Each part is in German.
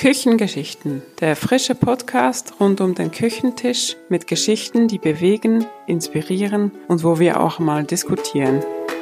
Küchengeschichten, der frische Podcast rund um den Küchentisch mit Geschichten, die bewegen, inspirieren und wo wir auch mal diskutieren.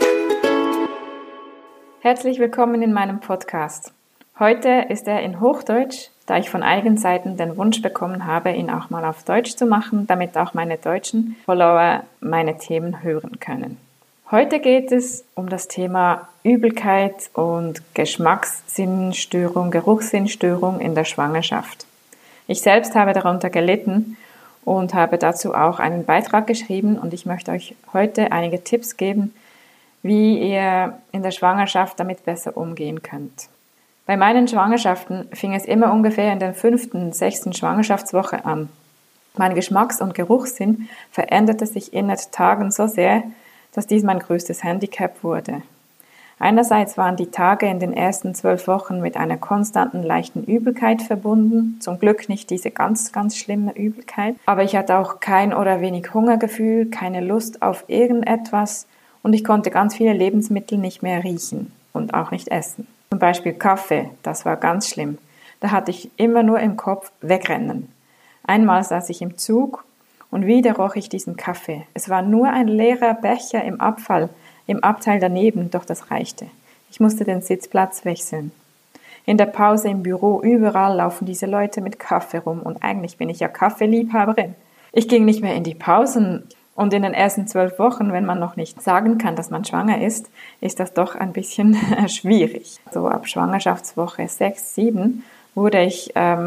Herzlich willkommen in meinem Podcast. Heute ist er in Hochdeutsch, da ich von einigen Seiten den Wunsch bekommen habe, ihn auch mal auf Deutsch zu machen, damit auch meine deutschen Follower meine Themen hören können. Heute geht es um das Thema Übelkeit und Geschmackssinnstörung, Geruchssinnstörung in der Schwangerschaft. Ich selbst habe darunter gelitten und habe dazu auch einen Beitrag geschrieben und ich möchte euch heute einige Tipps geben, wie ihr in der Schwangerschaft damit besser umgehen könnt. Bei meinen Schwangerschaften fing es immer ungefähr in der 5., 6. Schwangerschaftswoche an. Mein Geschmacks- und Geruchssinn veränderte sich innerhalb Tagen so sehr, dass dies mein größtes Handicap wurde. Einerseits waren die Tage in den ersten 12 Wochen mit einer konstanten leichten Übelkeit verbunden, zum Glück nicht diese ganz, ganz schlimme Übelkeit, aber ich hatte auch kein oder wenig Hungergefühl, keine Lust auf irgendetwas und ich konnte ganz viele Lebensmittel nicht mehr riechen und auch nicht essen. Zum Beispiel Kaffee, das war ganz schlimm. Da hatte ich immer nur im Kopf wegrennen. Einmal saß ich im Zug und wieder roch ich diesen Kaffee. Es war nur ein leerer Becher im Abfall, im Abteil daneben, doch das reichte. Ich musste den Sitzplatz wechseln. In der Pause im Büro, überall laufen diese Leute mit Kaffee rum und eigentlich bin ich ja Kaffeeliebhaberin. Ich ging nicht mehr in die Pausen und in den ersten 12 Wochen, wenn man noch nicht sagen kann, dass man schwanger ist das doch ein bisschen schwierig. So ab Schwangerschaftswoche 6, 7 wurde ich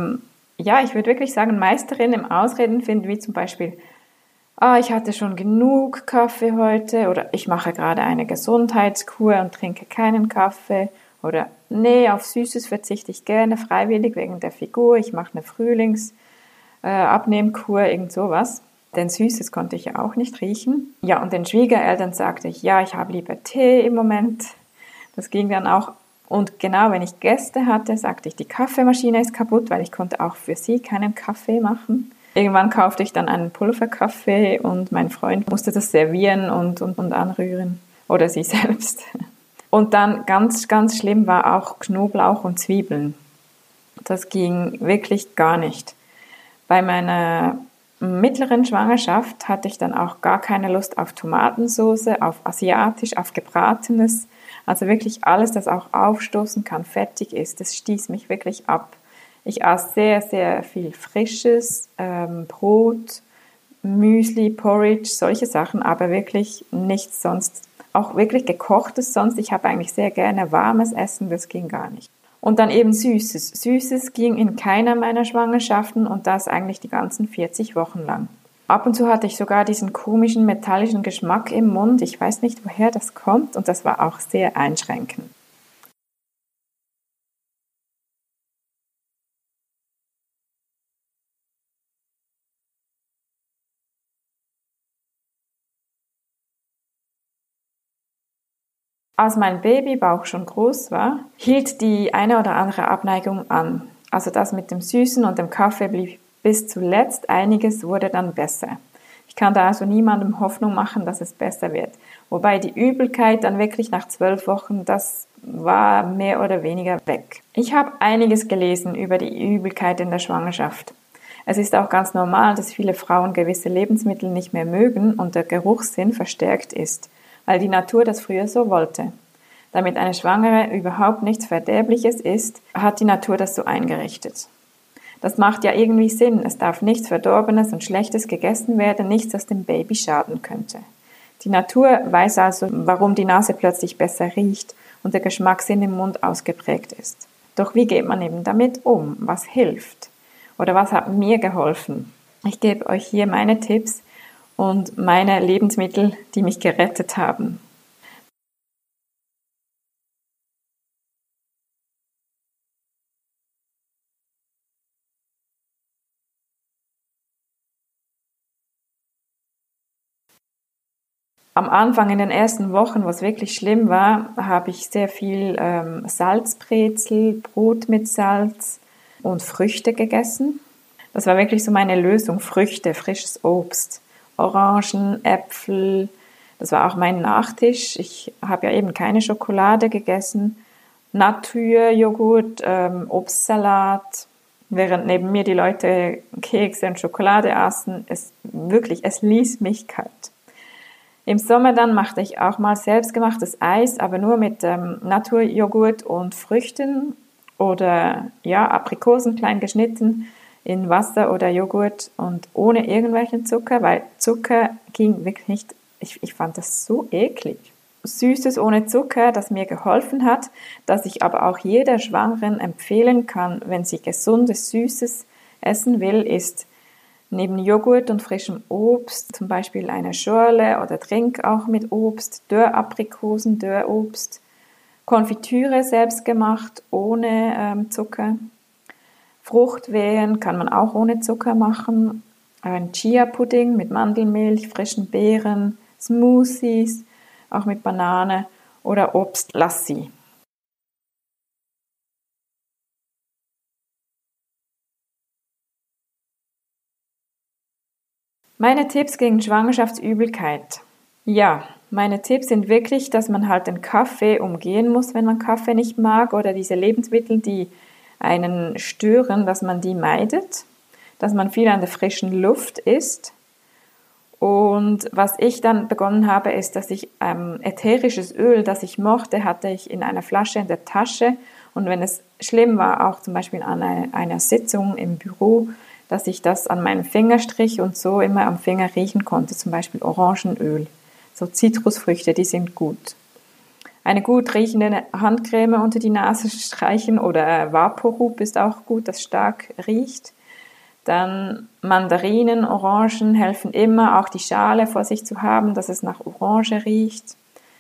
ich würde wirklich sagen, Meisterin im Ausreden finden, wie zum Beispiel, ich hatte schon genug Kaffee heute oder ich mache gerade eine Gesundheitskur und trinke keinen Kaffee oder nee, auf Süßes verzichte ich gerne freiwillig wegen der Figur, ich mache eine Frühlingsabnehmkur, irgend sowas. Denn Süßes konnte ich ja auch nicht riechen. Ja, und den Schwiegereltern sagte ich, ja, ich habe lieber Tee im Moment. Das ging dann auch. Und genau, wenn ich Gäste hatte, sagte ich, die Kaffeemaschine ist kaputt, weil ich konnte auch für sie keinen Kaffee machen. Irgendwann kaufte ich dann einen Pulverkaffee und mein Freund musste das servieren und anrühren. Oder sie selbst. Und dann ganz, ganz schlimm war auch Knoblauch und Zwiebeln. Das ging wirklich gar nicht. Bei meiner mittleren Schwangerschaft hatte ich dann auch gar keine Lust auf Tomatensauce, auf asiatisch, auf Gebratenes. Also wirklich alles, das auch aufstoßen kann, fettig ist, das stieß mich wirklich ab. Ich aß sehr, sehr viel Frisches, Brot, Müsli, Porridge, solche Sachen, aber wirklich nichts sonst. Auch wirklich gekochtes sonst. Ich habe eigentlich sehr gerne warmes Essen, das ging gar nicht. Und dann eben Süßes. Süßes ging in keiner meiner Schwangerschaften und das eigentlich die ganzen 40 Wochen lang. Ab und zu hatte ich sogar diesen komischen metallischen Geschmack im Mund. Ich weiß nicht, woher das kommt und das war auch sehr einschränkend. Als mein Babybauch schon groß war, hielt die eine oder andere Abneigung an. Also das mit dem Süßen und dem Kaffee blieb bis zuletzt, einiges wurde dann besser. Ich kann da also niemandem Hoffnung machen, dass es besser wird. Wobei die Übelkeit dann wirklich nach 12 Wochen, das war mehr oder weniger weg. Ich habe einiges gelesen über die Übelkeit in der Schwangerschaft. Es ist auch ganz normal, dass viele Frauen gewisse Lebensmittel nicht mehr mögen und der Geruchssinn verstärkt ist, weil die Natur das früher so wollte. Damit eine Schwangere überhaupt nichts Verderbliches ist, hat die Natur das so eingerichtet. Das macht ja irgendwie Sinn. Es darf nichts Verdorbenes und Schlechtes gegessen werden, nichts, das dem Baby schaden könnte. Die Natur weiß also, warum die Nase plötzlich besser riecht und der Geschmackssinn im Mund ausgeprägt ist. Doch wie geht man eben damit um? Was hilft? Oder was hat mir geholfen? Ich gebe euch hier meine Tipps und meine Lebensmittel, die mich gerettet haben. Am Anfang in den ersten Wochen, was wirklich schlimm war, habe ich sehr viel Salzbrezel, Brot mit Salz und Früchte gegessen. Das war wirklich so meine Lösung, Früchte, frisches Obst, Orangen, Äpfel. Das war auch mein Nachtisch. Ich habe ja eben keine Schokolade gegessen. Natur, Joghurt, Obstsalat, während neben mir die Leute Kekse und Schokolade aßen. Es ließ mich kalt. Im Sommer dann machte ich auch mal selbstgemachtes Eis, aber nur mit Naturjoghurt und Früchten oder ja, Aprikosen klein geschnitten in Wasser oder Joghurt und ohne irgendwelchen Zucker, weil Zucker ging wirklich nicht. Ich fand das so eklig. Süßes ohne Zucker, das mir geholfen hat, das ich aber auch jeder Schwangeren empfehlen kann, wenn sie gesundes, Süßes essen will, ist neben Joghurt und frischem Obst zum Beispiel eine Schorle oder Trink auch mit Obst, Dörraprikosen, Dörrobst, Konfitüre selbst gemacht, ohne Zucker. Fruchtwehen kann man auch ohne Zucker machen. Ein Chia-Pudding mit Mandelmilch, frischen Beeren, Smoothies, auch mit Banane oder Obstlassi. Meine Tipps gegen Schwangerschaftsübelkeit. Ja, meine Tipps sind wirklich, dass man halt den Kaffee umgehen muss, wenn man Kaffee nicht mag oder diese Lebensmittel, die einen stören, dass man die meidet, dass man viel an der frischen Luft isst. Und was ich dann begonnen habe, ist, dass ich ätherisches Öl, das ich mochte, hatte ich in einer Flasche in der Tasche. Und wenn es schlimm war, auch zum Beispiel an einer Sitzung im Büro, dass ich das an meinen Finger strich und so immer am Finger riechen konnte, zum Beispiel Orangenöl. So Zitrusfrüchte, die sind gut. Eine gut riechende Handcreme unter die Nase streichen oder Vaporub ist auch gut, das stark riecht. Dann Mandarinen, Orangen helfen immer, auch die Schale vor sich zu haben, dass es nach Orange riecht.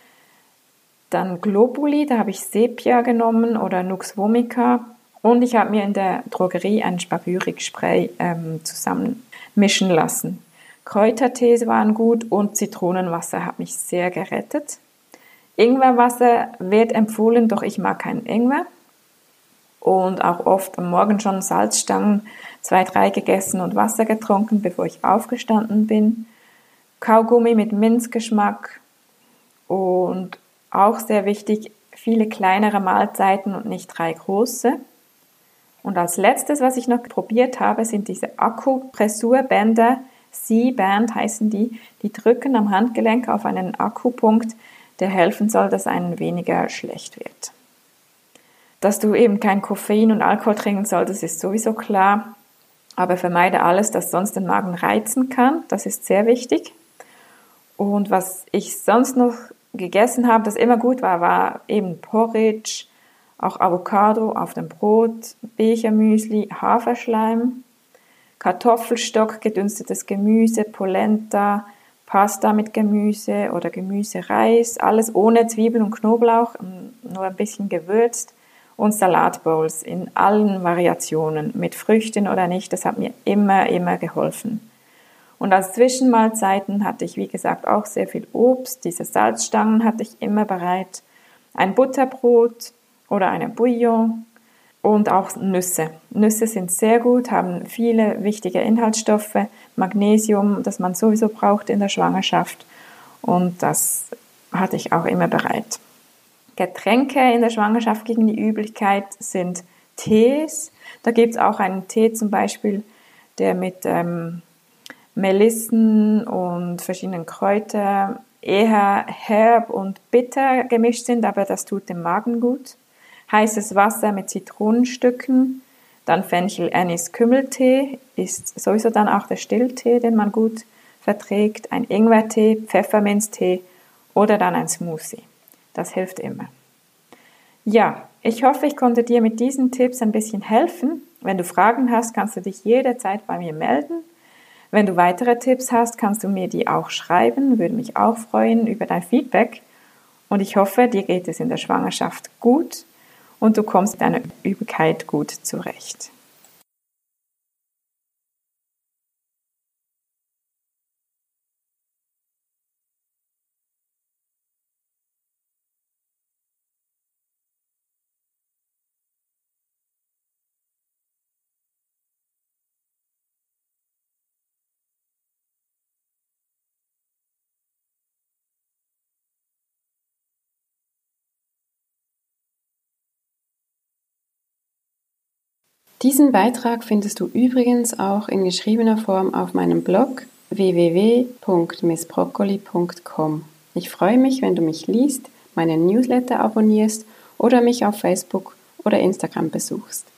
Dann Globuli, da habe ich Sepia genommen oder Nux vomica. Und ich habe mir in der Drogerie ein Spagyrik-Spray zusammenmischen lassen. Kräutertees waren gut und Zitronenwasser hat mich sehr gerettet. Ingwerwasser wird empfohlen, doch ich mag keinen Ingwer. Und auch oft am Morgen schon Salzstangen, 2, 3 gegessen und Wasser getrunken, bevor ich aufgestanden bin. Kaugummi mit Minzgeschmack und auch sehr wichtig, viele kleinere Mahlzeiten und nicht 3 große. Und als letztes, was ich noch probiert habe, sind diese Akupressurbänder. C-Band heißen die. Die drücken am Handgelenk auf einen Akkupunkt, der helfen soll, dass einem weniger schlecht wird. Dass du eben kein Koffein und Alkohol trinken solltest, ist sowieso klar. Aber vermeide alles, das sonst den Magen reizen kann. Das ist sehr wichtig. Und was ich sonst noch gegessen habe, das immer gut war, war eben Porridge, auch Avocado auf dem Brot, Bechermüsli, Haferschleim, Kartoffelstock, gedünstetes Gemüse, Polenta, Pasta mit Gemüse oder Gemüsereis, alles ohne Zwiebeln und Knoblauch, nur ein bisschen gewürzt. Und Salatbowls in allen Variationen, mit Früchten oder nicht, das hat mir immer geholfen. Und als Zwischenmahlzeiten hatte ich, wie gesagt, auch sehr viel Obst. Diese Salzstangen hatte ich immer bereit. Ein Butterbrot oder eine Bouillon und auch Nüsse. Nüsse sind sehr gut, haben viele wichtige Inhaltsstoffe, Magnesium, das man sowieso braucht in der Schwangerschaft. Und das hatte ich auch immer bereit. Getränke in der Schwangerschaft gegen die Übelkeit sind Tees. Da gibt es auch einen Tee zum Beispiel, der mit Melissen und verschiedenen Kräutern eher herb und bitter gemischt sind, aber das tut dem Magen gut. Heißes Wasser mit Zitronenstücken, dann Fenchel-Anis-Kümmeltee ist sowieso dann auch der Stilltee, den man gut verträgt, ein Ingwertee, Pfefferminztee oder dann ein Smoothie. Das hilft immer. Ja, ich hoffe, ich konnte dir mit diesen Tipps ein bisschen helfen. Wenn du Fragen hast, kannst du dich jederzeit bei mir melden. Wenn du weitere Tipps hast, kannst du mir die auch schreiben. Würde mich auch freuen über dein Feedback. Und ich hoffe, dir geht es in der Schwangerschaft gut und du kommst mit deiner Übelkeit gut zurecht. Diesen Beitrag findest du übrigens auch in geschriebener Form auf meinem Blog www.missbroccoli.com. Ich freue mich, wenn du mich liest, meinen Newsletter abonnierst oder mich auf Facebook oder Instagram besuchst.